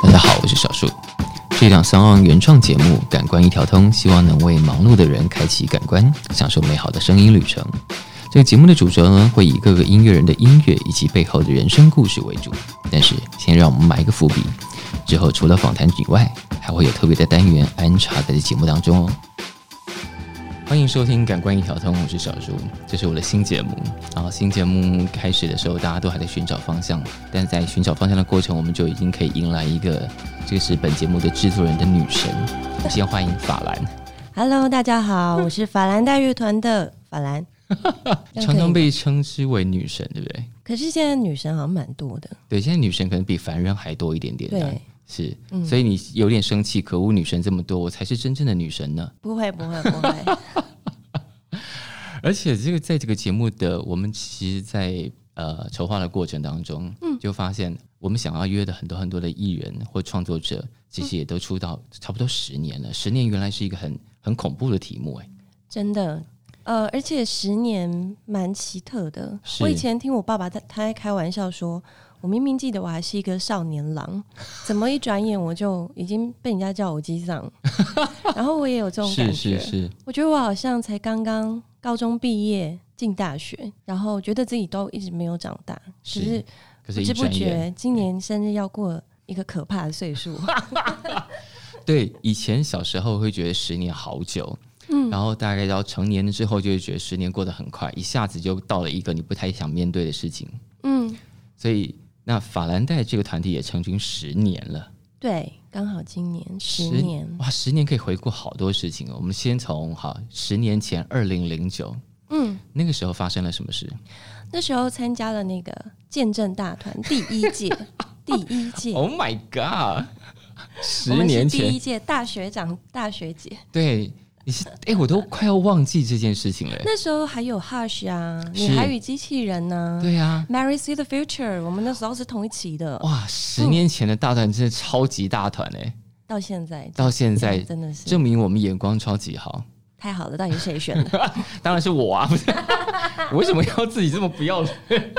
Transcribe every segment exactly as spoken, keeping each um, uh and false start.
大家好，我是小树。这档SoundOn原创节目《感官一条通》，希望能为忙碌的人开启感官，享受美好的声音旅程。这个节目的主轴呢，会以各个音乐人的音乐以及背后的人生故事为主。但是，先让我们埋一个伏笔，之后除了访谈以外，还会有特别的单元安插在节目当中哦。欢迎收听《感官一条通》，我是小树，这是我的新节目。然后新节目开始的时候，大家都还在寻找方向，但在寻找方向的过程，我们就已经可以迎来一个，这个是本节目的制作人的女神。先欢迎法兰。 Hello， 大家好，我是法兰带乐团的法兰。 常常被称之为女神，对不对？ 可是现在女神好像蛮多的。 对，现在女神可能比凡人还多一点点。 对。 是、嗯，所以你有点生气，可恶，女神这么多，我才是真正的女神呢。 不会，不会，不会。 而且这个在这个节目的我们其实在呃筹划的过程当中，嗯，就发现我们想要约的很多很多的艺人或创作者，其实也都出道差不多十年了。十年原来是一个很很恐怖的题目，哎， 真的。呃，而且十年蛮奇特的。我以前听我爸爸他他在开玩笑说，我明明记得我还是一个少年郎，怎么一转眼我就已经被人家叫我机长。然后我也有这种感觉， 是是是， 我觉得我好像才刚刚高中毕业进大学，然后觉得自己都一直没有长大， 是可是不知不觉今年生日要过一个可怕的岁数。 对，以前小时候会觉得十年好久。嗯、然后大概到成年了之后，就会觉得十年过得很快，一下子就到了一个你不太想面对的事情。嗯，所以那法兰带这个团体也成军十年了。 对，刚好今年十年。 哇，十年可以回顾好多事情哦。我们先从好十年前二零零九，嗯，那个时候发生了什么事？ 那时候参加了那个见证大团第一届，第一届。 Oh my god！ 十年前我们是第一届大学长、大学姐。 对。你是哎、欸，我都快要忘记这件事情了。 那时候还有 Hush 啊，女孩与机器人呢、啊， 对啊 ，Mary See the Future， 我们那时候是同一期的。 哇，十年前的大团真的超级大团哎、欸， 到现在， 到现在真的是证明我们眼光超级好。 太好了，到底是谁选的？ 当然是我啊，不是？我为什么要自己这么不要脸？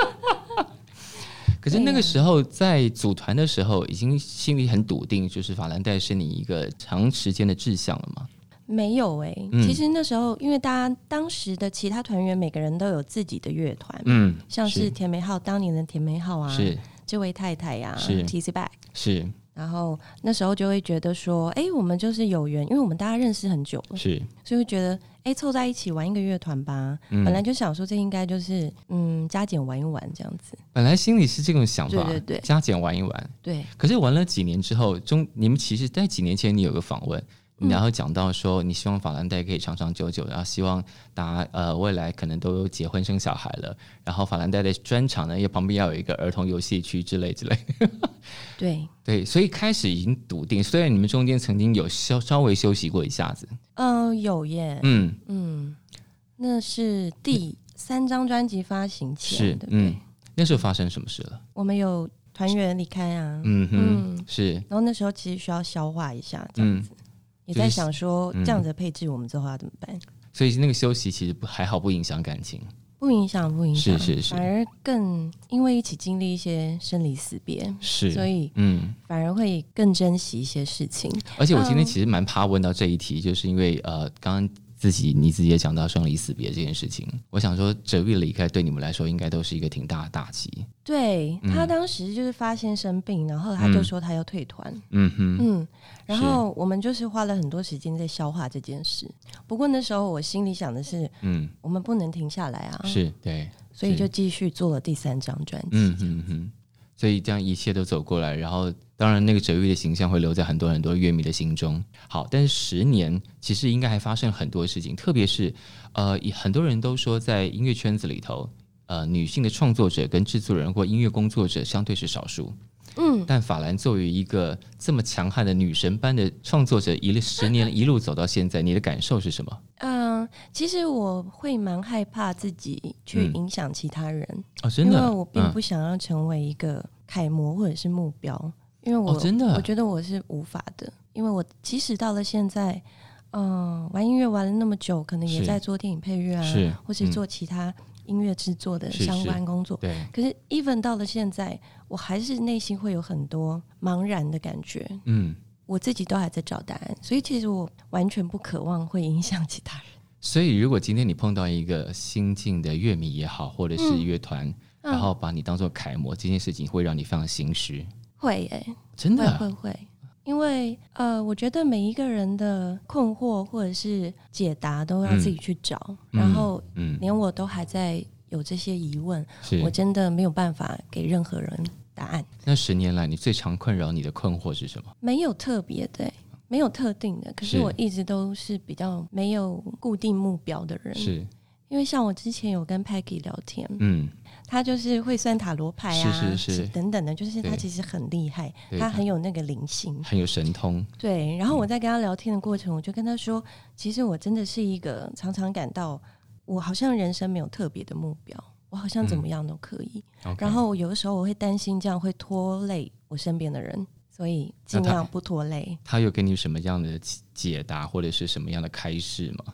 可是那个时候在组团的时候，已经心里很笃定，就是法兰带是你一个长时间的志向了吗？ 没有哎、欸嗯，其实那时候因为大家当时的其他团员每个人都有自己的乐团，嗯，像是甜梅号当年的甜梅号啊， 是这位太太呀、啊， 是 T C Back 是， 然后那时候就会觉得说，哎、欸，我们就是有缘，因为我们大家认识很久了， 是， 所以会觉得，哎、欸，凑在一起玩一个乐团吧、嗯。本来就想说这应该就是嗯加减玩一玩这样子， 本来心里是这种想法， 对对对， 加减玩一玩， 对。 可是玩了几年之后，中你们其实在几年前你有个访问。然后讲到说，你希望法兰带可以长长久久，然后希望大家呃未来可能都结婚生小孩了，然后法兰带的专场呢，也旁边要有一个儿童游戏区之类之类。 对对，所以开始已经笃定，虽然你们中间曾经有稍稍微休息过一下子， 嗯、呃，有耶，嗯嗯，那是第三张专辑发行前， 是， 对不对？ 嗯，那时候发生什么事了？ 我们有团员离开啊， 嗯哼，嗯是， 然后那时候其实需要消化一下，这样子。嗯也在想说这样子的配置我们之后要怎么办、嗯、 所以那个休息其实不还好，不影响感情， 不影响不影响， 是是是， 反而更因为一起经历一些生离死别， 是， 所以嗯，反而会更珍惜一些事情。 而且我今天其实蛮怕问到这一题、嗯、就是因为呃刚刚自己你自己也讲到生离死别这件事情，我想说哲玉离开对你们来说应该都是一个挺大的打击。 对、嗯、他当时就是发现生病，然后他就说他要退团，嗯哼，嗯，然后我们就是花了很多时间在消化这件事。不过那时候我心里想的是，嗯，我们不能停下来啊， 是对， 所以就继续做了第三张专辑。 嗯哼哼，所以这样一切都走过来，然后当然那个哲玉的形象会留在很多很多乐迷的心中。好，但是十年其实应该还发生很多事情，特别是呃，很多人都说在音乐圈子里头，呃，女性的创作者跟制作人或音乐工作者相对是少数。嗯，但法兰作为一个这么强悍的女神般的创作者，一十年一路走到现在，你的感受是什么？ 嗯、呃，其实我会蛮害怕自己去影响其他人、嗯、 哦，真的， 因为我并不想要成为一个楷模或者是目标，因为我、 哦、真的， 我觉得我是无法的，因为我即使到了现在，嗯、呃，玩音乐玩了那么久，可能也在做电影配乐啊， 是， 或是做其他音乐制作的相关工作， 是是对。 可是 even 到了现在，我还是内心会有很多茫然的感觉， 嗯， 我自己都还在找答案，所以其实我完全不渴望会影响其他人。 所以如果今天你碰到一个新进的乐迷也好，或者是乐团、嗯、然后把你当作楷模、嗯、这件事情会让你非常心虚？ 会耶、欸， 真的会会会，因为呃，我觉得每一个人的困惑或者是解答都要自己去找、嗯、然后连我都还在有这些疑问、嗯、我真的没有办法给任何人答案。 那十年来你最常困扰你的困惑是什么？ 没有特别的、欸，没有特定的，可是我一直都是比较没有固定目标的人。 是因为像我之前有跟 Peggy 聊天， 嗯， 他就是会算塔罗牌啊， 是是是等等的，就是他其实很厉害，他很有那个灵性， 很有神通。 对，然后我在跟他聊天的过程，我就跟他说，其实我真的是一个常常感到我好像人生没有特别的目标，我好像怎么样都可以、嗯、然后有的时候我会担心这样会拖累我身边的人，所以尽量不拖累。 他, 他有给你什么样的解答或者是什么样的开示吗？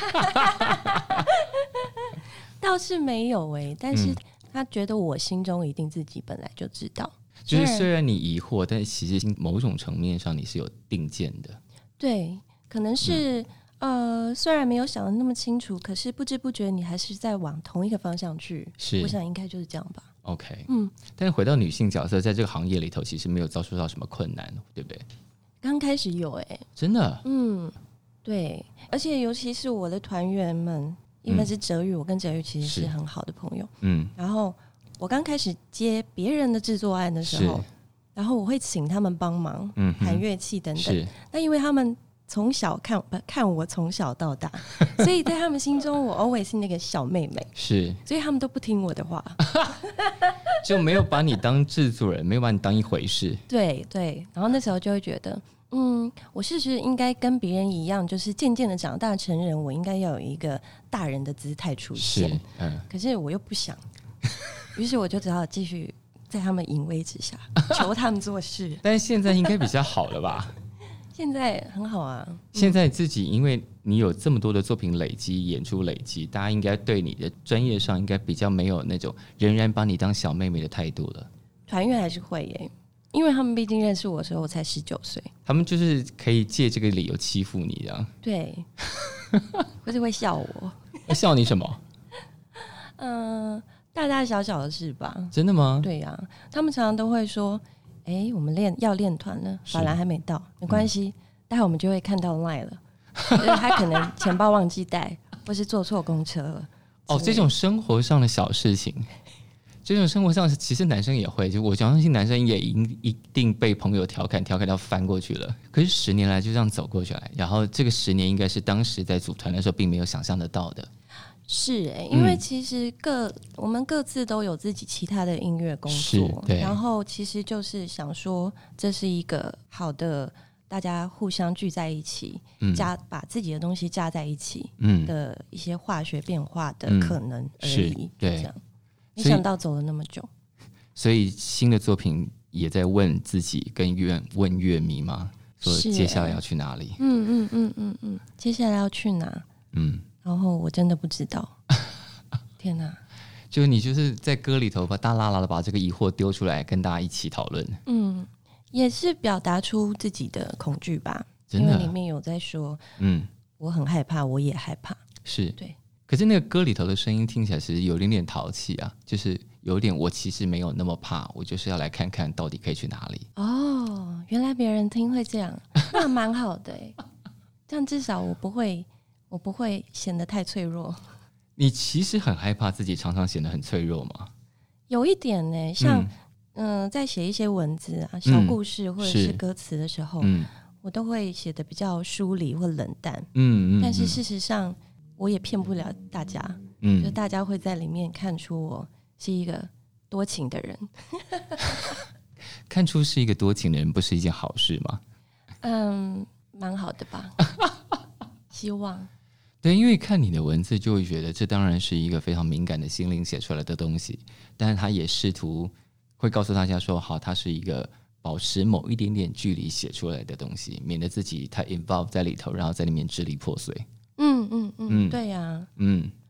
倒是没有诶、欸，但是他觉得我心中一定自己本来就知道、 嗯、就是虽然你疑惑，但其实某种层面上你是有定见的。 对，可能是、嗯、呃，虽然没有想得那么清楚，可是不知不觉你还是在往同一个方向去。 是， 我想应该就是这样吧。 OK， 嗯， 但是回到女性角色，在这个行业里头，其实没有遭受到什么困难，对不对？ 刚开始有诶、欸， 真的， 嗯，对，而且尤其是我的团员们，因为是哲宇，我跟哲宇其实是很好的朋友， 嗯， 然后我刚开始接别人的制作案的时候，然后我会请他们帮忙，嗯，弹乐器等等，那因为他们从小看看我从小到大，所以在他们心中我 always 是那个小妹妹， 是， 所以他们都不听我的话， 就没有把你当制作人，没有把你当一回事。 对对，然后那时候就会觉得，嗯，我是不是应该跟别人一样，就是渐渐的长大成人，我应该要有一个大人的姿态出现。是，嗯，可是我又不想，于是我就只好继续在他们淫威之下求他们做事。 但是现在应该比较好了吧？ 现在很好啊。 现在自己因为你有这么多的作品累积、演出累积，大家应该对你的专业上应该比较没有那种仍然把你当小妹妹的态度了。 团员还是会耶，因为他们毕竟认识我的时候我才十九岁， 他们就是可以借这个理由欺负你的。对， 或是会笑我。 笑你什么？ 嗯、呃，大大小小的事吧。 真的吗？ 对呀、啊，他们常常都会说。哎，我们练要练团了，法兰还没到，没关系，嗯、待会我们就会看到 line 了。就是他可能钱包忘记带，或是坐错公车了。 哦，这种生活上的小事情，这种生活上其实男生也会，就我相信男生也一定被朋友调侃，调侃到翻过去了。可是十年来就这样走过去来，然后这个十年应该是当时在组团的时候并没有想象得到的。 是哎、欸，因为其实各、嗯、我们各自都有自己其他的音乐工作，然后其实就是想说这是一个好的，大家互相聚在一起，嗯、加把自己的东西加在一起的一些化学变化的可能而已，嗯、就这样。没想到走了那么久， 所以新的作品也在问自己跟乐问乐迷吗？说接下来要去哪里？ 嗯嗯嗯嗯嗯，接下来要去哪？嗯。然后我真的不知道，天哪！ 就你就是在歌里头把大啦啦的把这个疑惑丢出来，跟大家一起讨论。 嗯，也是表达出自己的恐惧吧。真的，因为里面有在说，嗯，我很害怕，我也害怕。 是， 对。 可是那个歌里头的声音听起来是有点点淘气啊，就是有点我其实没有那么怕，我就是要来看看到底可以去哪里。 哦，原来别人听会这样，那蛮好的欸。这样至少我不会。我不会显得太脆弱。 你其实很害怕自己常常显得很脆弱吗？ 有一点呢、欸，像嗯、呃，在写一些文字啊、小故事或者是歌词的时候，嗯、我都会写得比较疏离或冷淡。嗯嗯。但是事实上，我也骗不了大家。嗯。就大家会在里面看出我是一个多情的人。 看出是一个多情的人，不是一件好事吗？ 嗯，蛮好的吧。希望。 对，因为看你的文字就会觉得这当然是一个非常敏感的心灵写出来的东西，但是他也试图会告诉大家说，好，它是一个保持某一点点距离写出来的东西，免得自己太 involve 在里头，然后在里面支离破碎。 嗯嗯嗯，对呀、啊，嗯。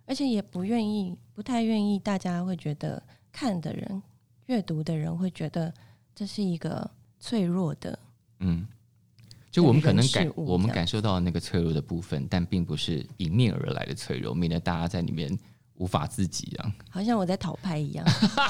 而且也不愿意，不太愿意，大家会觉得看的人、阅读的人会觉得这是一个脆弱的， 嗯，就我们可能感我们感受到那个脆弱的部分，但并不是迎面而来的脆弱，免得大家在里面无法自己啊， 好像我在讨拍一样。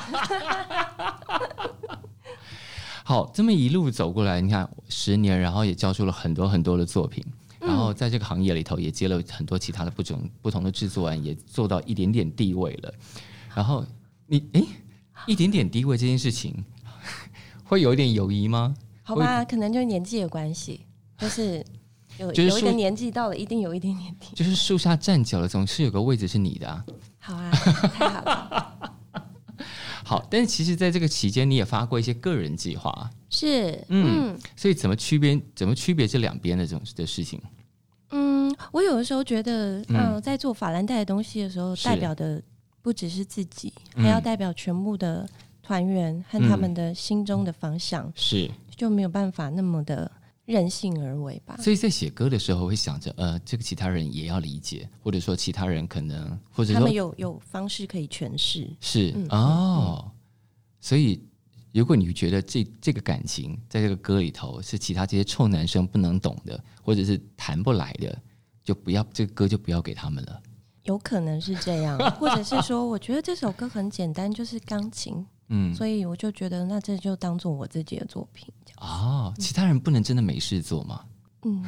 好，这么一路走过来，你看十年，然后也交出了很多很多的作品。然后在这个行业里头也接了很多其他的不同不同的制作案，也做到一点点地位了。然后你诶，一点点地位这件事情会有一点犹疑吗？ 好吧，可能就是年纪的关系，就是有、就是、有一个年纪到了，一定有一点点地位。 就是树下站久了，总是有个位置是你的啊。 好啊，太好了。 好，但是其实在这个期间，你也发过一些个人计划， 是， 嗯，嗯所以怎么区别怎么区别这两边的这种的事情？ 嗯，我有的时候觉得，嗯、呃，在做法兰黛的东西的时候，代表的不只是自己，还要代表全部的团员和他们的心中的方向， 是、嗯、 就没有办法那么的任性而为吧。 所以在写歌的时候，会想着，呃，这个其他人也要理解，或者说其他人可能，或者说他们有有方式可以诠释， 是、嗯、哦、嗯，所以。如果你觉得这这个感情在这个歌里头是其他这些臭男生不能懂的，或者是谈不来的，就不要这个歌就不要给他们了。 有可能是这样，或者是说，我觉得这首歌很简单，就是钢琴，嗯，所以我就觉得那这就当做我自己的作品。 哦，其他人不能真的没事做吗？嗯，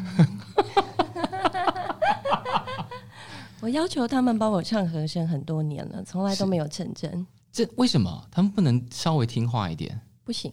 我要求他们帮我唱和声很多年了，从来都没有成真。 这为什么他们不能稍微听话一点？ 不行。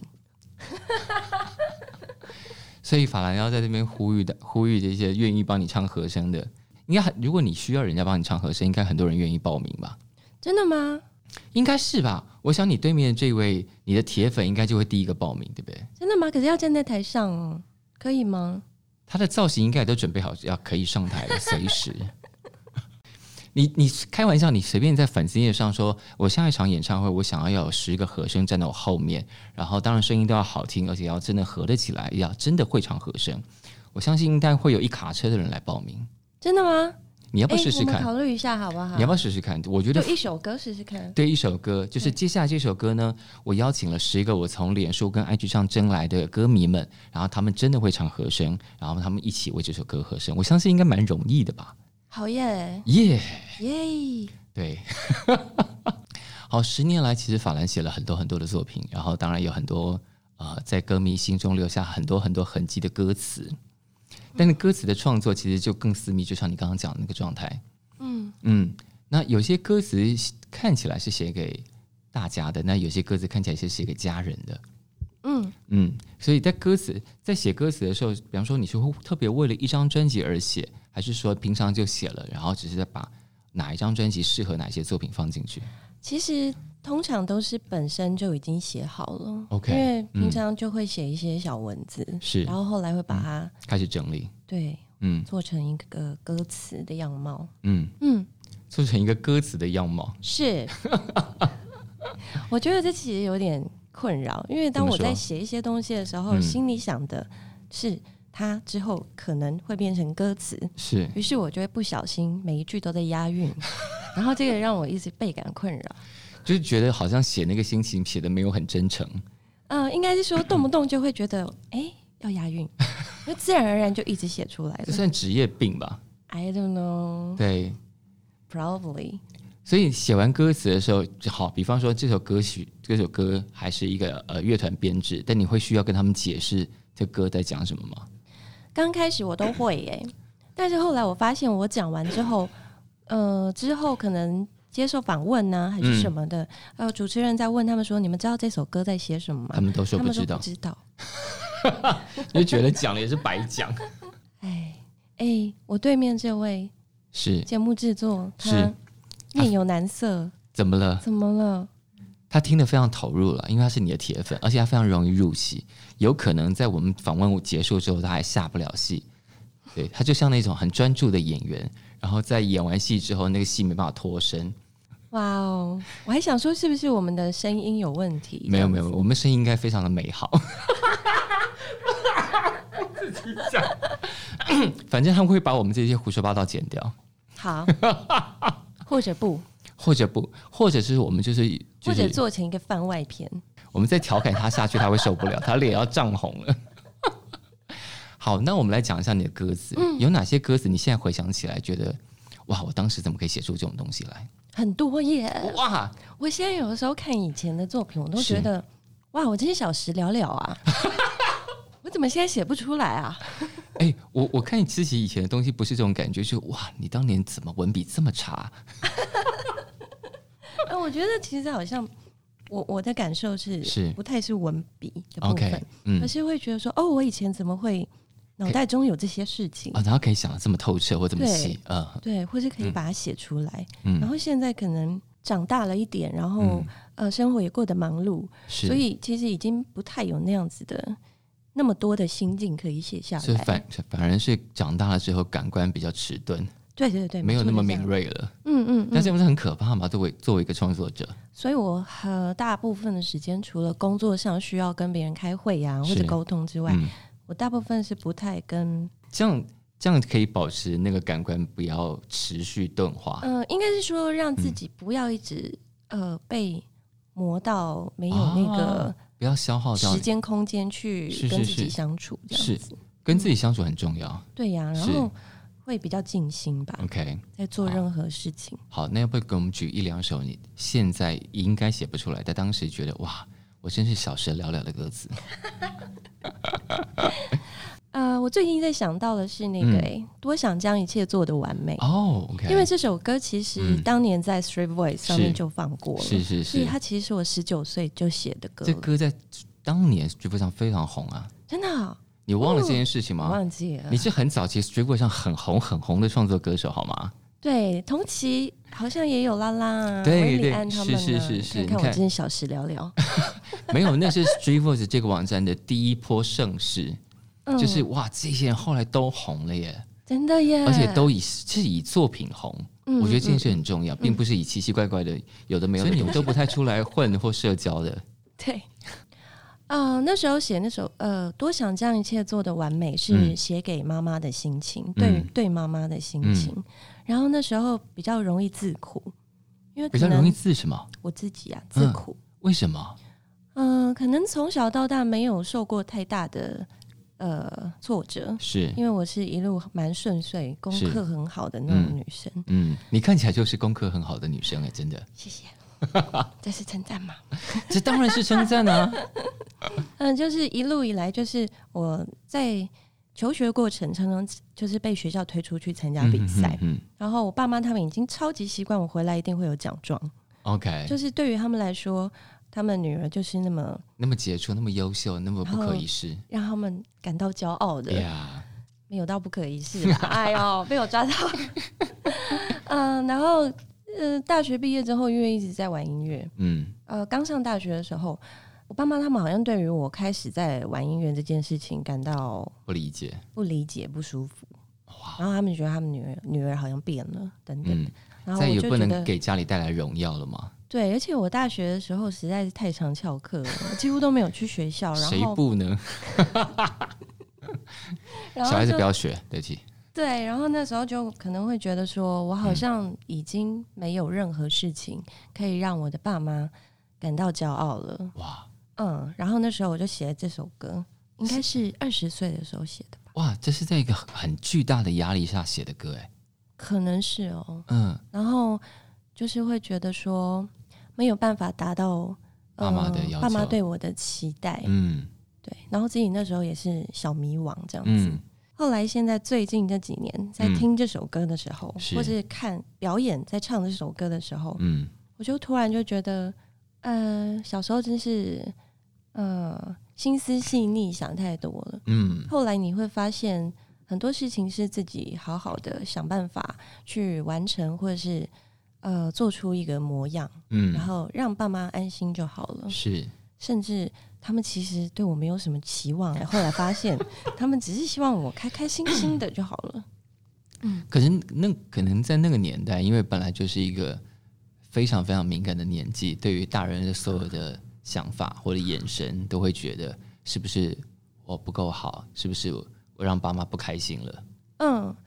所以法兰要在这边呼吁的，呼吁这些愿意帮你唱和声的，应该如果你需要人家帮你唱和声，应该很多人愿意报名吧？ 真的吗？ 应该是吧。我想你对面的这位，你的铁粉应该就会第一个报名，对不对？ 真的吗？可是要站在台上哦，可以吗？ 他的造型应该也都准备好，要可以上台了，随时。你你开玩笑，你随便在粉丝页上说，我下一场演唱会，我想要有十个和声站在我后面，然后当然声音都要好听，而且要真的合得起来，要真的会唱和声。我相信应该会有一卡车的人来报名。 真的吗？ 你要不要试试看？ 欸、我们考虑一下好不好？ 你要不要试试看？我觉得就一首歌试试看。 对，一首歌，就是接下来这首歌呢，我邀请了十个我从脸书跟 I G 上征来的歌迷们，然后他们真的会唱和声，然后他们一起为这首歌和声。我相信应该蛮容易的吧。 好耶耶耶！ 对，好，十年来，其实法兰写了很多很多的作品，然后当然有很多呃，在歌迷心中留下很多很多痕迹的歌词。但是歌词的创作其实就更私密，就像你刚刚讲的那个状态。嗯嗯，那有些歌词看起来是写给大家的，那有些歌词看起来是写给家人的。嗯嗯，所以在歌词在写歌词的时候，比方说你是会特别为了一张专辑而写，还是说平常就写了，然后只是在把哪一张专辑适合哪些作品放进去？ 其实通常都是本身就已经写好了 ，OK， 因为平常就会写一些小文字，是、嗯，然后后来会把它、嗯、 开始整理， 对，嗯，做成一个歌词的样貌， 嗯嗯，做成一个歌词的样貌， 是。我觉得这其实有点困扰，因为当我在写一些东西的时候，心里想的是它之后可能会变成歌词， 是， 于是我就会不小心每一句都在押韵，然后这个让我一直倍感困扰， 就是觉得好像写那个心情写的没有很真诚。 嗯、呃，应该是说动不动就会觉得，哎、欸，要押韵，就自然而然就一直写出来了。 这算职业病吧 ？I don't know。 对 ，probably。 所以写完歌词的时候，好，比方说这首歌曲，这首歌还是一个呃乐团编制，但你会需要跟他们解释这歌在讲什么吗？ 刚开始我都会耶、欸，但是后来我发现我讲完之后，呃，之后可能接受访问呢、啊，还是什么的，嗯、呃，主持人在问他们说：“你们知道这首歌在写什么吗？” 他们都说不知道， 他们说不知道， 就觉得讲了也是白讲。 哎哎，我对面这位是节目制作，他面有难色、啊， 怎么了？ 怎么了？ 他听得非常投入了，因为他是你的铁粉，而且他非常容易入戏。有可能在我们访问结束之后，他还下不了戏。对，他就像那种很专注的演员，然后在演完戏之后，那个戏没办法脱身。 哇哦！我还想说，是不是我们的声音有问题？ 没有没有，我们声音应该非常的美好。自己讲，反正他们会把我们这些胡说八道剪掉。 好， 或者不， 或者不，或者是我们就是、就是、 或者做成一个番外篇， 我们再调侃他下去，他会受不了，他脸要涨红了。好，那我们来讲一下你的歌词、嗯，有哪些歌词你现在回想起来觉得，哇，我当时怎么可以写出这种东西来？ 很多耶！ 哇， 我现在有的时候看以前的作品，我都觉得，哇，我真是小时了了啊！我怎么现在写不出来啊？ 哎、欸，我我看你自己以前的东西，不是这种感觉，就是哇，你当年怎么文笔这么差？ 呃，我觉得其实好像我我的感受是， 是不太是文笔的部分， okay, 嗯、 而是会觉得说，哦，我以前怎么会脑袋中有这些事情啊、哦？然后可以想得这么透彻或这么细， 嗯，对，或是可以把它写出来、 嗯。 然后现在可能长大了一点，然后、嗯、呃，生活也过得忙碌，所以其实已经不太有那样子的。那么多的心境可以写下来， 所以反反而是长大了之后感官比较迟钝， 对对对， 没有那么敏锐了。 嗯 嗯, 嗯， 但是不是很可怕吗？作为作为一个创作者， 所以我和大部分的时间，除了工作上需要跟别人开会呀、啊、或者沟通之外、嗯，我大部分是不太跟这样这样可以保持那个感官不要持续钝化。 嗯、呃，应该是说让自己不要一直、嗯、呃被磨到没有那个、啊。 不要消耗掉时间空间去跟自己相处，这样子是跟自己相处很重要。 嗯、对呀、啊，然后会比较尽心吧。 OK， 在做任何事情。 好，好那要不要给我们举一两首你现在应该写不出来，但当时觉得哇，我真是小时了了的歌词。 呃，我最近在想到的是那个、欸嗯、多想将一切做得完美哦、okay 因为这首歌其实当年在 Street Voice 上面就放过了， 是是是， 所以它其实是我十九岁就写的歌。 这歌在当年 Street Voice 上非常红啊， 真的、哦？ 你忘了这件事情吗？ 哦、忘记了。 你是很早期 Street Voice 上很红很红的创作歌手好吗？ 对，同期好像也有拉拉啊， 对对， 安他们、啊、 是是是是， 看看我真是小时了了。 没有，那是 Street Voice 这个网站的第一波盛世。 嗯、 就是哇，这些人后来都红了耶， 真的耶， 而且都以是以作品红、嗯，我觉得这件事很重要，嗯、并不是以奇奇怪怪的、嗯、有的没有的，所以你们都不太出来混或社交的。 对，啊、呃，那时候写那首呃，多想将一切做得完美，是写给妈妈的心情，嗯、对对妈妈的心情、嗯。然后那时候比较容易自苦，因为比较容易自什么？ 我自己啊，自苦。 嗯、为什么？ 嗯、呃，可能从小到大没有受过太大的。呃，挫折是因为我是一路蛮顺遂、功课很好的那种女生。 嗯，嗯你看起来就是功课很好的女生哎，真的。 谢谢，这是称赞吗？ 这当然是称赞啊。 嗯，就是一路以来，就是我在求学过程常常就是被学校推出去参加比赛、嗯嗯嗯，然后我爸妈他们已经超级习惯我回来一定会有奖状。 OK， 就是对于他们来说。他们女儿就是那么那么杰出，那么优秀，那么不可一世， 让他们感到骄傲的。 Yeah. 没有到不可一世啦。哎呦，被我抓到。嗯、呃，然后呃，大学毕业之后，因为一直在玩音乐，嗯，呃，刚上大学的时候，我爸妈他们好像对于我开始在玩音乐这件事情感到不理解、 不理解、不舒服。然后他们觉得他们女儿女儿好像变了，等等。嗯、然后我就觉得再也不能给家里带来荣耀了吗？ 对，而且我大学的时候实在是太常翘课了，我几乎都没有去学校。然后谁不呢？小孩子不要学，对不起。 对，然后那时候就可能会觉得说，我好像已经没有任何事情可以让我的爸妈感到骄傲了。哇，嗯，然后那时候我就写了这首歌，应该是二十岁的时候写的吧。 哇，这是在一个很巨大的压力下写的歌，哎， 可能是哦。嗯，然后就是会觉得说。没有办法达到爸妈的要求， 爸妈对我的期待，嗯，对，然后自己那时候也是小迷惘这样子。嗯、后来现在最近这几年在听这首歌的时候，嗯、或是看表演在唱这首歌的时候，嗯，我就突然就觉得，呃，小时候真是，呃，心思细腻，想太多了。嗯，后来你会发现很多事情是自己好好的想办法去完成，或者是。呃，做出一个模样，嗯，然后让爸妈安心就好了。 是， 甚至他们其实对我没有什么期望，后来发现他们只是希望我开开心心的就好了。 嗯，可是那可能在那个年代，因为本来就是一个非常非常敏感的年纪，对于大人的所有的想法或者眼神，都会觉得是不是我不够好，是不是我让爸妈不开心了？ 嗯。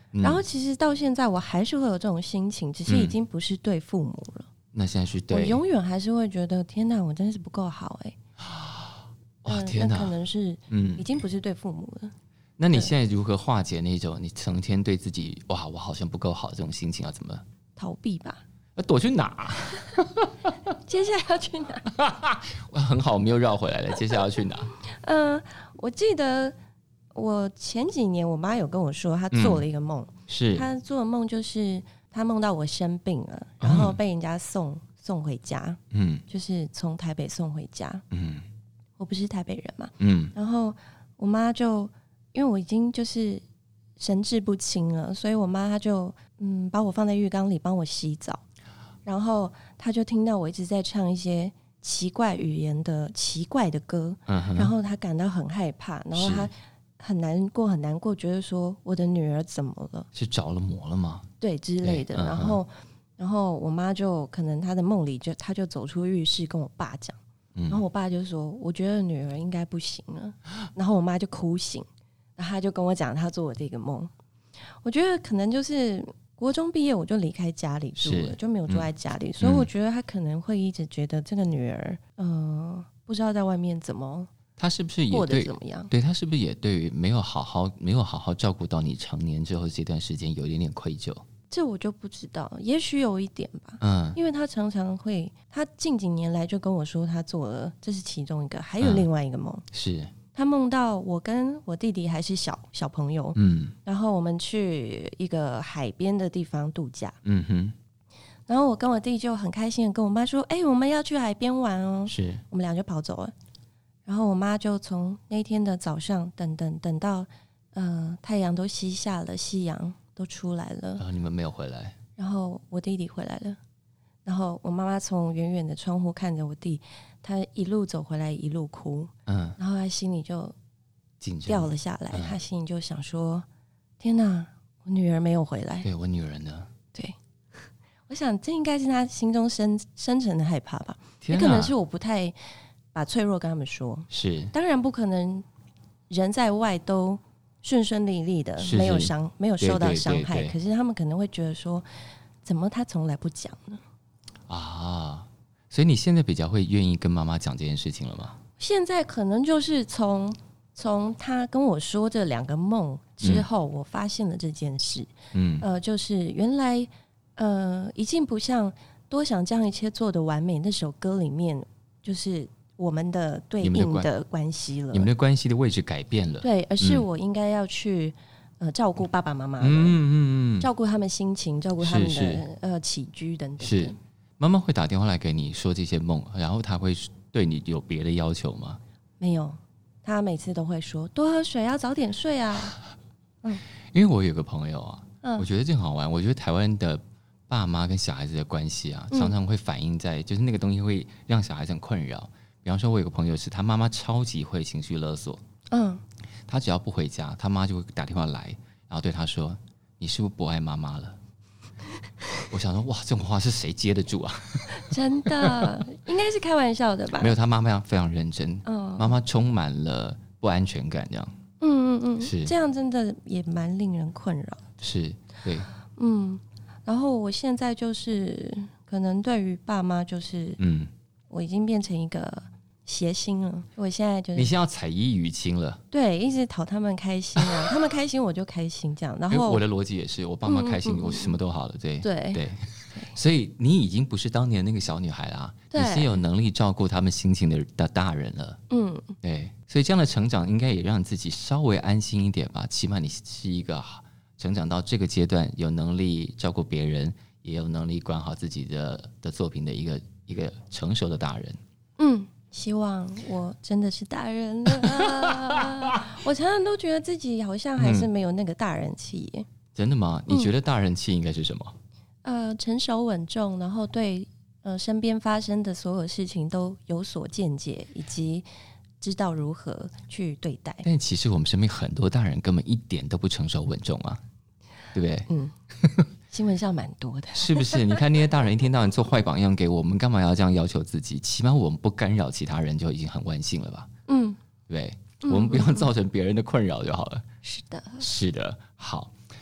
嗯、然后其实到现在我还是会有这种心情，只是已经不是对父母了。嗯、 那现在是对我永远还是会觉得天哪，我真的是不够好哎、欸。 哇、哦、天哪， 那可能是嗯，已经不是对父母了。 那你现在如何化解那种你成天对自己哇我好像不够好这种心情？要怎么逃避吧？ 要躲去哪？ 接下来要去哪？ 很好，我们又绕回来了。接下来要去哪？ 嗯、呃，我记得我前几年我妈有跟我说，她做了一个梦、嗯， 是她做的梦就是她梦到我生病了，然后被人家送、嗯、送回家，嗯，就是从台北送回家，嗯，我不是台北人嘛，嗯，然后我妈就因为我已经就是神志不清了，所以我妈她就嗯把我放在浴缸里帮我洗澡。然后他就听到我一直在唱一些奇怪语言的奇怪的歌、嗯、然后他感到很害怕，然后他很难过很难过，觉得说我的女儿怎么了， 是着了魔了吗？ 对之类的、嗯、然后然后我妈就可能她的梦里就她就走出浴室跟我爸讲、嗯、然后我爸就说我觉得女儿应该不行了，然后我妈就哭醒，然后他就跟我讲他做我这个梦。我觉得可能就是国中毕业我就离开家里住了，就没有住在家里、嗯、所以我觉得他可能会一直觉得这个女儿呃，不知道在外面怎么他是不是也过得怎么样， 对他是不是也对于没有好好没有好好照顾到你成年之后这段时间有一点点愧疚？ 这我就不知道，也许有一点吧，嗯，因为他常常会他近几年来就跟我说他做了，这是其中一个，还有另外一个梦、嗯、 是他梦到我跟我弟弟还是小小朋友，嗯，然后我们去一个海边的地方度假，嗯哼，然后我跟我弟就很开心的跟我妈说，哎、欸，我们要去海边玩哦， 是， 我们俩就跑走了。然后我妈就从那天的早上等等等到，呃，太阳都西下了，夕阳都出来了， 然后你们没有回来， 然后我弟弟回来了，然后我妈妈从远远的窗户看着我弟。他一路走回来一路哭，嗯，然后他心里就掉了下来、嗯、他心里就想说天哪，我女儿没有回来， 对，我女儿呢？ 对，我想这应该是他心中深深沉的害怕吧，也可能是我不太把脆弱跟他们说， 是， 当然不可能人在外都顺顺利利的， 是是没有伤没有受到伤害， 对对对对， 可是他们可能会觉得说怎么他从来不讲呢？ 啊，所以你现在比较会愿意跟妈妈讲这件事情了吗？ 现在可能就是从从他跟我说这两个梦之后、嗯、我发现了这件事，嗯，呃，就是原来呃已经不像多想将一切做得完美那首歌里面就是我们的对应的关系了， 你们的关系的位置改变了， 对，而是我应该要去、嗯、呃照顾爸爸妈妈的，嗯嗯嗯，照顾他们心情，照顾他们的是是呃起居等等的。 是妈妈会打电话来给你说这些梦，然后她会对你有别的要求吗？ 没有，她每次都会说多喝水，要早点睡啊。嗯， 因为我有个朋友啊，嗯，我觉得这很好玩。我觉得台湾的爸妈跟小孩子的关系啊，常常会反映在、嗯、就是那个东西会让小孩子很困扰。比方说，我有个朋友是他妈妈超级会情绪勒索，嗯，他只要不回家，他妈就会打电话来，然后对他说：“你是不是不爱妈妈了？”我想说，哇，这种话是谁接得住啊？ 真的，应该是开玩笑的吧？ 没有，他妈妈非常认真，嗯，妈妈充满了不安全感，这样， 嗯嗯嗯，是这样，真的也蛮令人困扰。 是，对， 嗯，然后我现在就是可能对于爸妈，就是嗯，我已经变成一个谐星了。我现在就是你现在要采衣娱亲了， 对，一直讨他们开心啊，他们开心我就开心，这样。然后我的逻辑也是，我爸妈开心，嗯、我什么都好了，对对对。所以你已经不是当年那个小女孩啦，你是有能力照顾他们心情的的大人了。嗯，对。所以这样的成长应该也让你自己稍微安心一点吧，起码你是一个成长到这个阶段，有能力照顾别人，也有能力管好自己的的作品的一个一个成熟的大人。 嗯。希望我真的是大人了、啊、我常常都觉得自己好像还是没有那个大人气耶、嗯、 真的吗？你觉得大人气应该是什么？ 呃，成熟稳重，然后对呃身边发生的所有事情都有所见解，以及知道如何去对待。 但其实我们身边很多大人根本一点都不成熟稳重啊，对不对？嗯新闻上蛮多的， 是不是？你看那些大人一天到晚做坏榜样给我们，干嘛要这样要求自己？起码我们不干扰其他人就已经很万幸了吧？嗯，对不对、嗯、我们不要造成别人的困扰就好了。 是的， 是的。好，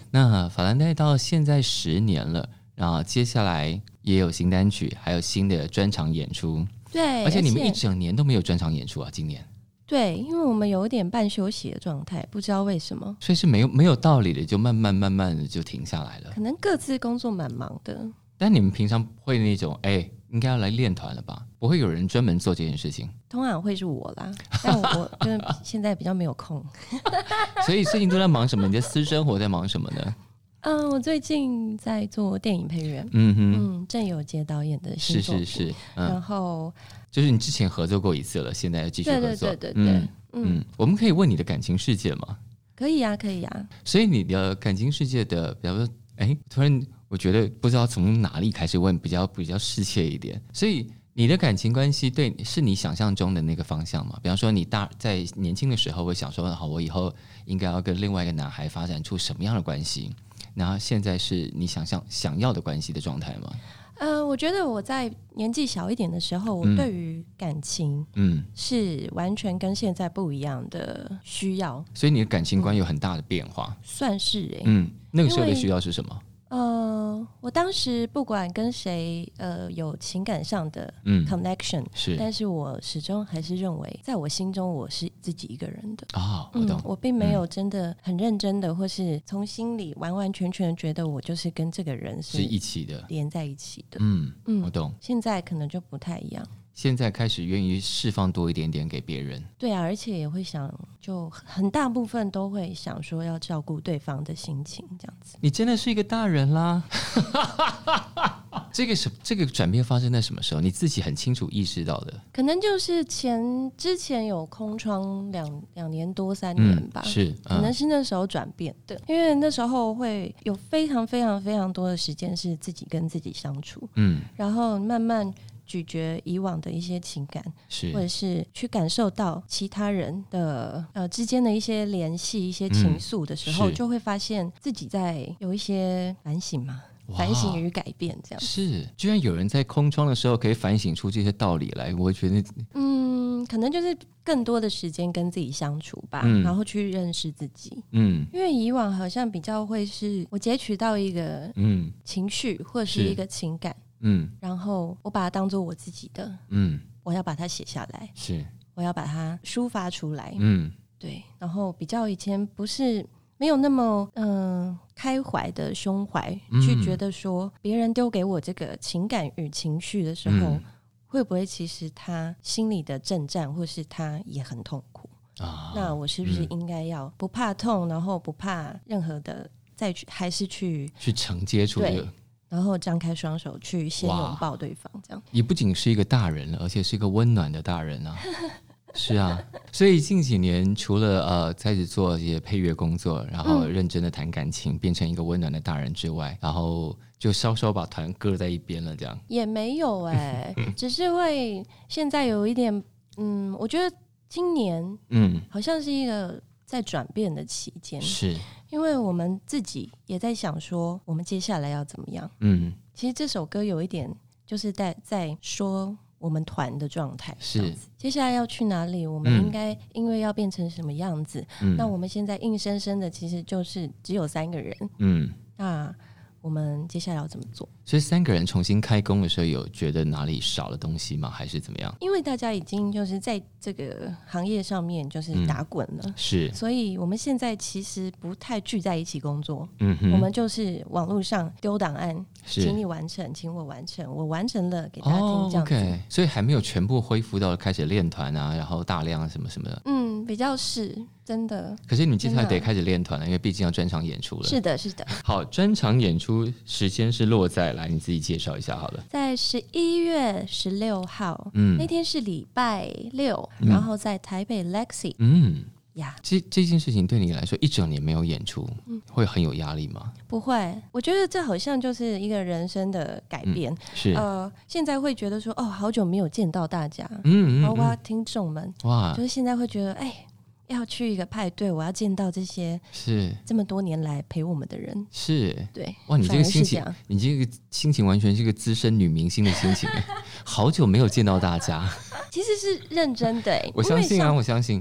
那法兰黛到现在十年了，然后接下来也有新单曲，还有新的专场演出。 对， 而且你们一整年都没有专场演出啊，今年。 对，因为我们有一点半休息的状态，不知道为什么， 所以是没有没有道理的，就慢慢慢慢的就停下来了。 可能各自工作蛮忙的。 但你们平常会那种哎、欸，应该要来练团了吧？不会有人专门做这件事情？ 通常会是我啦，但我就是现在比较没有空。 所以最近都在忙什么？你的私生活在忙什么呢？ 嗯，我最近在做电影配乐， 嗯哼， 嗯，郑有杰导演的新作品， 是是是，嗯、 然后就是你之前合作过一次了，现在要继续合作， 对对对对对，嗯嗯, 嗯，我们可以问你的感情世界吗？ 可以啊，可以啊。 所以你的感情世界的，比方说，哎，突然我觉得不知道从哪里开始问比较比较适切一点，所以。你的感情关系对是你想象中的那个方向吗？比方说，你大在年轻的时候会想说，好，我以后应该要跟另外一个男孩发展出什么样的关系？然后现在是你想象想要的关系的状态吗？ 呃，我觉得我在年纪小一点的时候，我对于感情，嗯，是完全跟现在不一样的需要， 所以你的感情观有很大的变化， 嗯、算是哎、欸， 嗯，那个时候的需要是什么？ 呃，我当时不管跟谁，呃，有情感上的 connection，、嗯、 是， 但是我始终还是认为，在我心中我是自己一个人的。 哦，我懂、 嗯，我并没有真的很认真的，嗯、或是从心里完完全全觉得我就是跟这个人是一起的， 连在一起的。 嗯嗯，我懂。 现在可能就不太一样。 现在开始愿意释放多一点点给别人， 对啊，而且也会想，就很大部分都会想说要照顾对方的心情，这样子。 你真的是一个大人啦！这个是这个转变发生在什么时候？你自己很清楚意识到的？ 可能就是前之前有空窗两两年多三年吧， 嗯、是、嗯， 可能是那时候转变的，因为那时候会有非常非常非常多的时间是自己跟自己相处，嗯，然后慢慢。咀嚼以往的一些情感， 是或者是去感受到其他人的呃之间的一些联系、一些情愫的时候、嗯，就会发现自己在有一些反省嘛，反省与改变这样。 是，居然有人在空窗的时候可以反省出这些道理来，我觉得， 嗯，可能就是更多的时间跟自己相处吧，嗯、然后去认识自己。嗯，因为以往好像比较会是我截取到一个嗯情绪或者是一个情感。嗯，然后我把它当作我自己的，嗯，我要把它写下来， 是， 我要把它抒发出来，嗯，对，然后比较以前不是没有那么嗯、呃、开怀的胸怀、嗯，去觉得说别人丢给我这个情感与情绪的时候、嗯，会不会其实他心里的震颤，或是他也很痛苦啊？那我是不是应该要不怕痛，然后不怕任何的再去，还是去去承接出这个？ 然后张开双手去先拥抱对方，这样也不仅是一个大人了，而且是一个温暖的大人啊！是啊，所以近几年除了呃开始做一些配乐工作，然后认真的谈感情、嗯，变成一个温暖的大人之外，然后就稍稍把团搁在一边了，这样也没有哎、欸，只是会现在有一点嗯，我觉得今年嗯好像是一个在转变的期间， 是。 因为我们自己也在想说，我们接下来要怎么样？嗯，其实这首歌有一点就是在在说我们团的状态， 是接下来要去哪里？我们应该因为要变成什么样子？嗯，那我们现在硬生生的其实就是只有三个人，嗯，那我们接下来要怎么做？ 所以三个人重新开工的时候，有觉得哪里少了东西吗？还是怎么样？ 因为大家已经就是在这个行业上面就是打滚了，嗯、 是， 所以我们现在其实不太聚在一起工作。嗯哼，我们就是网络上丢档案，请你完成，请我完成，我完成了给大家听，这样子。 哦 okay， 所以还没有全部恢复到开始练团啊，然后大量什么什么的。 嗯，比较是真的。 可是你接下来得开始练团了，因为毕竟要专场演出了。 是的，是的。 好，专场演出时间是落在来，你自己介绍一下好了。 在十一月十六号，嗯，那天是礼拜六，嗯，然后在台北 Lexi， 嗯呀， 这这件事情对你来说，一整年没有演出，嗯，会很有压力吗？ 不会，我觉得这好像就是一个人生的改变。嗯， 是， 呃，现在会觉得说，哦，好久没有见到大家，嗯嗯，包括听众们，哇，就是现在会觉得，哎。要去一个派对，我要见到这些是这么多年来陪我们的人， 是对哇，你这个心情，你这个心情完全是一个资深女明星的心情，好久没有见到大家， 其实是认真的，欸， 我相信啊，我相信，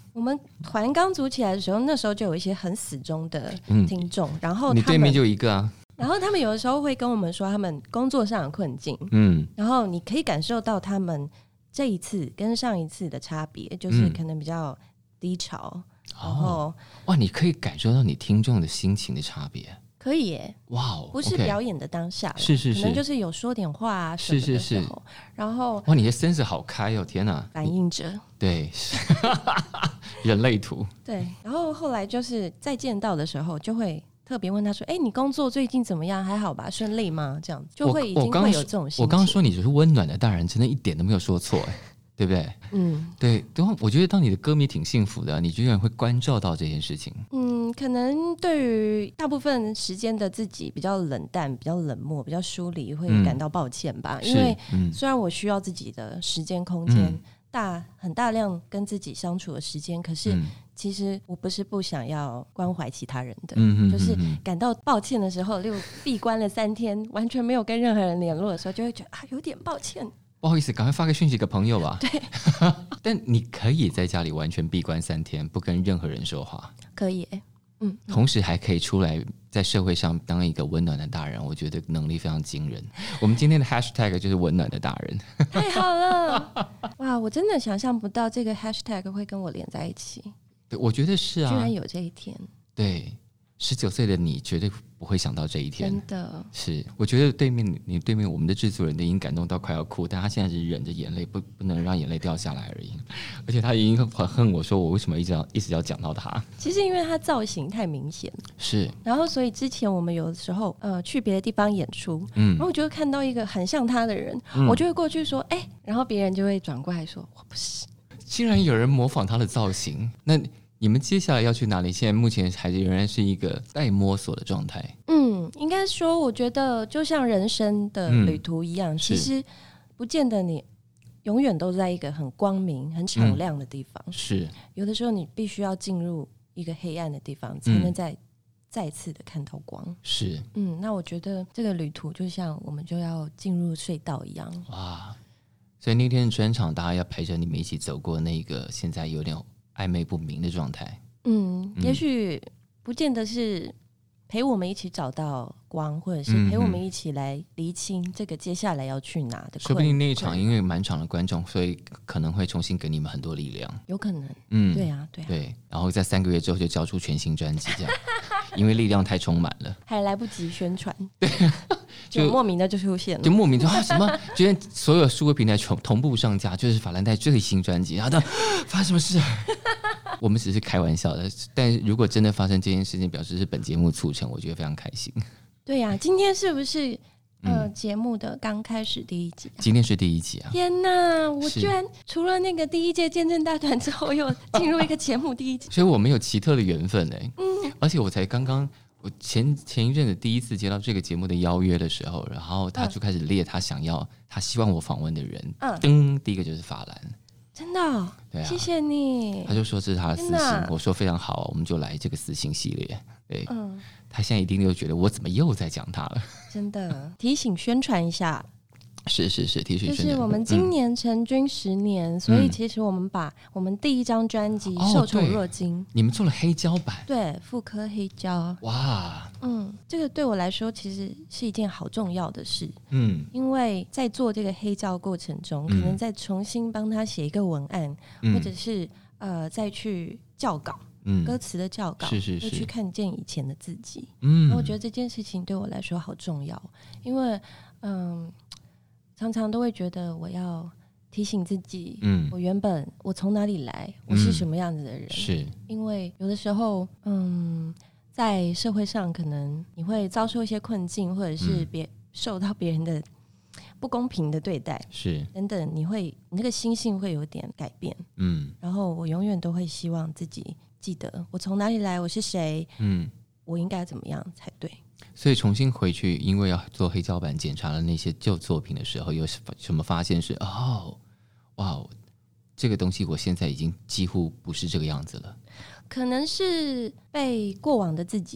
我们团刚组起来的时候，那时候就有一些很死忠的听众、嗯、然后你对面就一个啊， 然后他们有的时候会跟我们说他们工作上的困境， 嗯， 然后你可以感受到他们这一次跟上一次的差别，就是可能比较低潮、嗯、然后、哦、 哇，你可以感受到你听众的心情的差别， 可以耶， 哇哦， 不是表演的当下， 是是是， 可能就是有说点话啊什么的时候，是是是，然后哇，你的 sense 好开哦，天哪， 反应者， 对，人类图， 对，然后后来就是再见到的时候，就会特别问他说：“哎、欸，你工作最近怎么样？还好吧？顺利吗？”这样就会已经会有这种心情。 我刚刚说你就是温暖的大人，真的一点都没有说错，哎。对不对？嗯，对，我觉得当你的歌迷挺幸福的，你居然会关照到这件事情。 嗯，可能对于大部分时间的自己比较冷淡、比较冷漠、比较疏离，会感到抱歉吧。嗯、因为虽然我需要自己的时间空间、嗯、大很大量跟自己相处的时间，可是其实我不是不想要关怀其他人的，嗯、就是感到抱歉的时候，例如闭关了三天，完全没有跟任何人联络的时候，就会觉得啊，有点抱歉。 不好意思，赶快发个讯息给朋友吧。 对， 但你可以在家里完全闭关三天，不跟任何人说话。 可以、欸，嗯， 同时还可以出来在社会上当一个温暖的大人，我觉得能力非常惊人。我们今天的 hashtag 就是温暖的大人。 太好了，哇！我真的想象不到这个 hashtag 会跟我连在一起。 对，我觉得是啊， 居然有这一天。 对。十九岁的你绝对不会想到这一天， 真的是。我觉得对面你对面我们的制作人已经感动到快要哭，但他现在是忍着眼泪，不不能让眼泪掉下来而已。而且他已经很恨我说我为什么一直要一直要讲到他。 其实因为他造型太明显， 是。 然后所以之前我们有的时候呃去别的地方演出，嗯，然后我就会看到一个很像他的人，嗯、我就会过去说哎、欸，然后别人就会转过来说我不是。 竟然有人模仿他的造型，那。你们接下来要去哪里？现在目前还仍然是一个待摸索的状态。 嗯，应该说，我觉得就像人生的旅途一样，嗯、其实不见得你永远都在一个很光明、很敞亮的地方。 嗯、是， 有的时候你必须要进入一个黑暗的地方，才能再、嗯、再次的看到光。 是， 嗯，那我觉得这个旅途就像我们就要进入隧道一样。 哇！所以那天的专场，大家要陪着你们一起走过那个现在有点暧昧不明的状态。 嗯，也许不见得是陪我们一起找到光，或者是陪我们一起来厘清这个接下来要去哪的困。 说不定那一场因为满场的观众，所以可能会重新给你们很多力量。 有可能，嗯，对啊，对啊， 对。然后在三个月之后就交出全新专辑，这样，因为力量太充满了， 还来不及宣传，对，就莫名的就出现了， 就莫名就啊什么，居然所有数位平台同同步上架，就是法兰黛最新专辑，然后发生什么事？我们只是开玩笑的，但如果真的发生这件事情，表示是本节目促成，我觉得非常开心。 对呀、啊，今天是不是呃节、嗯、目的刚开始第一集、啊？ 今天是第一集啊！ 天哪，我居然除了那个第一届见证大团之后，又进入一个节目第一集， 所以我们有奇特的缘分哎、欸。嗯，而且我才刚刚。我前前一阵子第一次接到这个节目的邀约的时候，然后他就开始列他想要、嗯、他希望我访问的人，嗯，噔，第一个就是法兰， 真的、哦，对啊，谢谢你。 他就说这是他的私信，我说非常好，我们就来这个私信系列。对，嗯，他现在一定又觉得我怎么又在讲他了， 真的提醒宣传一下。 是是是，提醒宣传。 就是我们今年成军十年、嗯，所以其实我们把我们第一张专辑《受宠若惊》， 你们做了黑胶版， 对，复刻黑胶。哇，嗯，这个对我来说其实是一件好重要的事。嗯，因为在做这个黑胶过程中，可能再重新帮他写一个文案，嗯、或者是呃再去校稿。嗯、歌词的校稿， 是是是， 去看见以前的自己。嗯，我觉得这件事情对我来说好重要，因为嗯。常常都会觉得我要提醒自己，嗯，我原本我从哪里来，我是什么样子的人，嗯、 是因为有的时候，嗯，在社会上可能你会遭受一些困境，或者是别、嗯、受到别人的不公平的对待， 是等等，你会你那个心性会有点改变，嗯，然后我永远都会希望自己记得我从哪里来，我是谁，嗯，我应该怎么样才对。 所以重新回去，因为要做黑胶版，检查了那些旧作品的时候，有什么发现是哦，哇，这个东西我现在已经几乎不是这个样子了。 可能是被过往的自己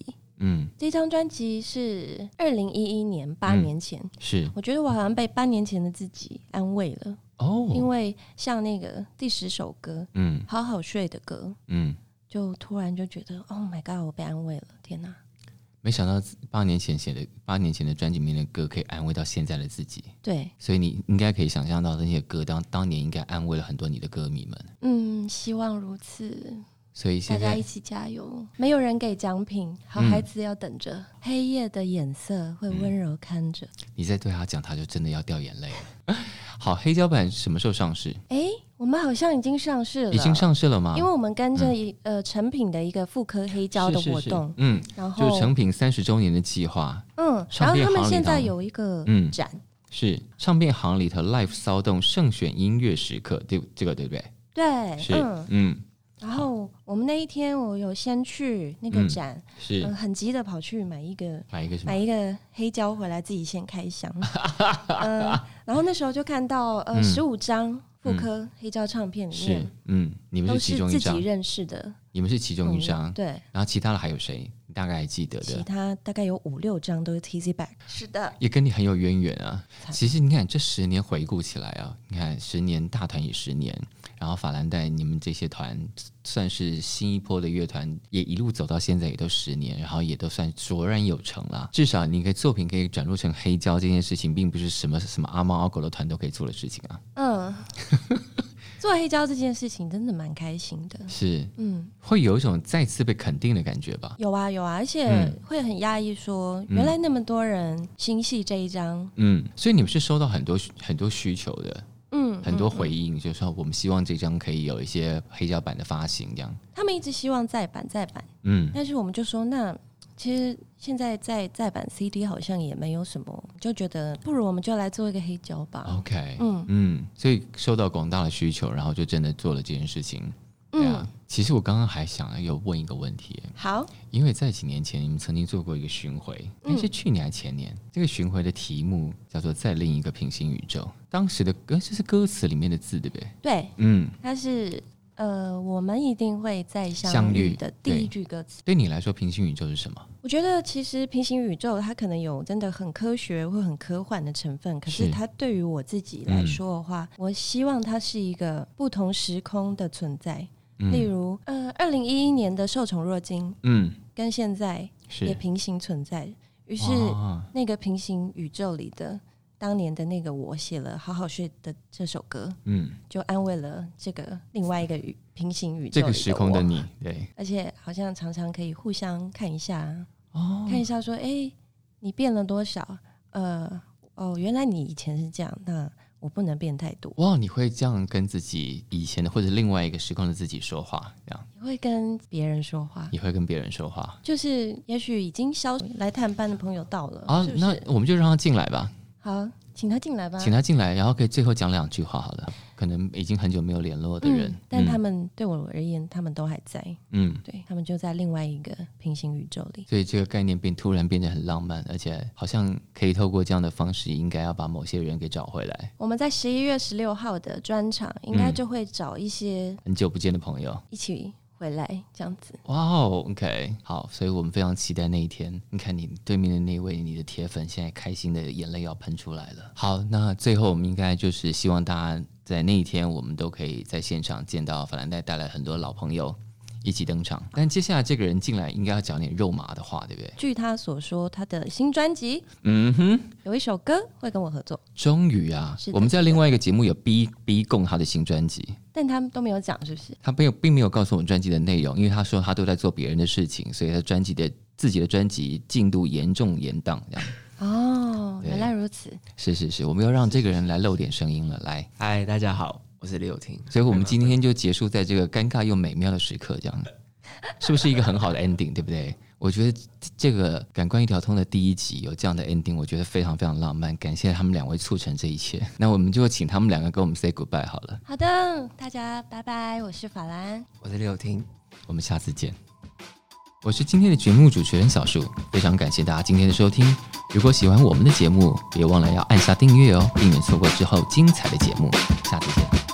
嗯，这张专辑是二零一一年，八年前、嗯。 是， 我觉得我好像被八年前的自己安慰了哦，因为像那个第十首歌，嗯，好好睡的歌，嗯，就突然就觉得 ，Oh my God， 我被安慰了，天哪！ 没想到八年前写的八年前的专辑里面的歌可以安慰到现在的自己， 对， 所以你应该可以想象到那些歌当当年应该安慰了很多你的歌迷们。 嗯，希望如此。 所以现在大家一起加油。没有人给奖品，好孩子要等着、嗯、黑夜的眼色会温柔看着、 嗯、你再对他讲他就真的要掉眼泪了。好，黑胶版什么时候上市？ 哎，我们好像已经上市了。 已经上市了吗？ 因为我们跟着一、嗯、呃成品的一个复刻黑胶的活动，是是是嗯，然后就是成品三十周年的计划， 嗯，然后他们现在有一个展，嗯、 是唱片行里头 Live 骚动盛选音乐时刻，对这个对不对？ 对， 是，嗯。嗯然后我们那一天，我有先去那个展， 嗯、是、 呃、很急的跑去买一个买一个什么买一个黑胶回来，自己先开箱。呃，然后那时候就看到呃十五张复刻黑胶唱片里面， 嗯，你们是其中一张， 都是自己认识的， 你们是其中一张、嗯， 对。 然后其他的还有谁？你大概还记得的？ 其他大概有五六张都是 T Z Back， 是的， 也跟你很有渊源啊。其实你看这十年回顾起来啊，你看十年大团也十年。然后法兰黛你们这些团算是新一波的乐团，也一路走到现在也都十年，然后也都算卓然有成啦。至少你可以作品可以转入成黑胶这件事情，并不是什么什么阿猫阿狗的团都可以做的事情啊。嗯， 做黑胶这件事情真的蛮开心的， 是，嗯，会有一种再次被肯定的感觉吧？ 有啊有啊，而且会很讶异说、嗯，原来那么多人心系这一张， 嗯，所以你们是收到很多很多需求的。嗯，很多回应，就是说我们希望这张可以有一些黑胶版的发行，这样。 他们一直希望再版再版，嗯，但是我们就说，那其实现在再再版 C D 好像也没有什么，就觉得不如我们就来做一个黑胶吧。 OK， 嗯嗯，所以收到广大的需求，然后就真的做了这件事情。对啊，嗯、其实我刚刚还想要问一个问题。 好， 因为在几年前你们曾经做过一个巡回，应该是去年还是前年、嗯、这个巡回的题目叫做在另一个平行宇宙，当时的歌这是歌词里面的字对不对？ 对，嗯，它是呃我们一定会再相遇的第一句歌词。 对, 对你来说平行宇宙是什么？ 我觉得其实平行宇宙它可能有真的很科学或很科幻的成分，可是它对于我自己来说的话、嗯、我希望它是一个不同时空的存在。例如，呃，二零一一年的《受宠若惊》，嗯，跟现在也平行存在。于是，那个平行宇宙里的当年的那个我写了《好好睡》的这首歌，嗯，就安慰了这个另外一个宇平行宇宙里的我，这个时空的你，对，而且好像常常可以互相看一下，哦，看一下说，哎、欸，你变了多少？呃，哦，原来你以前是这样，那我不能变太多。 哇，你会这样跟自己以前的或者另外一个时空的自己说话？这样你会跟别人说话？ 你会跟别人说话？ 就是也许已经消来探班的朋友到了啊， 是不是？ 那我们就让他进来吧。 好，请他进来吧。 请他进来，然后可以最后讲两句话好了。可能已经很久没有联络的人、嗯、 但他们、嗯、对我而言他们都还在，嗯，对，他们就在另外一个平行宇宙里， 所以这个概念变突然变得很浪漫，而且好像可以透过这样的方式应该要把某些人给找回来。 我们在十一月十六号的专场应该就会找一些、 嗯、很久不见的朋友一起回来这样子。 哇哦 OK 好，所以我们非常期待那一天。你看你对面的那位你的铁粉现在开心的眼泪要喷出来了。好，那最后我们应该就是希望大家在那一天我们都可以在现场见到法兰黛带来很多老朋友一起登场。但接下来这个人进来应该要讲点肉麻的话对不对？ 据他所说他的新专辑嗯哼有一首歌会跟我合作。 终于啊，我们在另外一个节目有逼逼供他的新专辑， 但他都没有讲是不是？ 他并并没有告诉我们专辑的内容，因为他说他都在做别人的事情，所以他专辑的自己的专辑进度严重延宕这样。 哦，原来如此。 是是是，我们要让这个人来露点声音了。来， 嗨，大家好，我是李友廷。 所以我们今天就结束在这个尴尬又美妙的时刻，这样是不是一个很好的 ending？ 对不对？我觉得这个感官一条通的第一集有这样的 ending， 我觉得非常非常浪漫。感谢他们两位促成这一切。那我们就请他们两个跟我们 say goodbye 好了。 好的，大家拜拜。我是法兰， 我是李友廷， 我们下次见。我是今天的节目主持人小树，非常感谢大家今天的收听。如果喜欢我们的节目，别忘了要按下订阅哦，避免错过之后精彩的节目。下次见。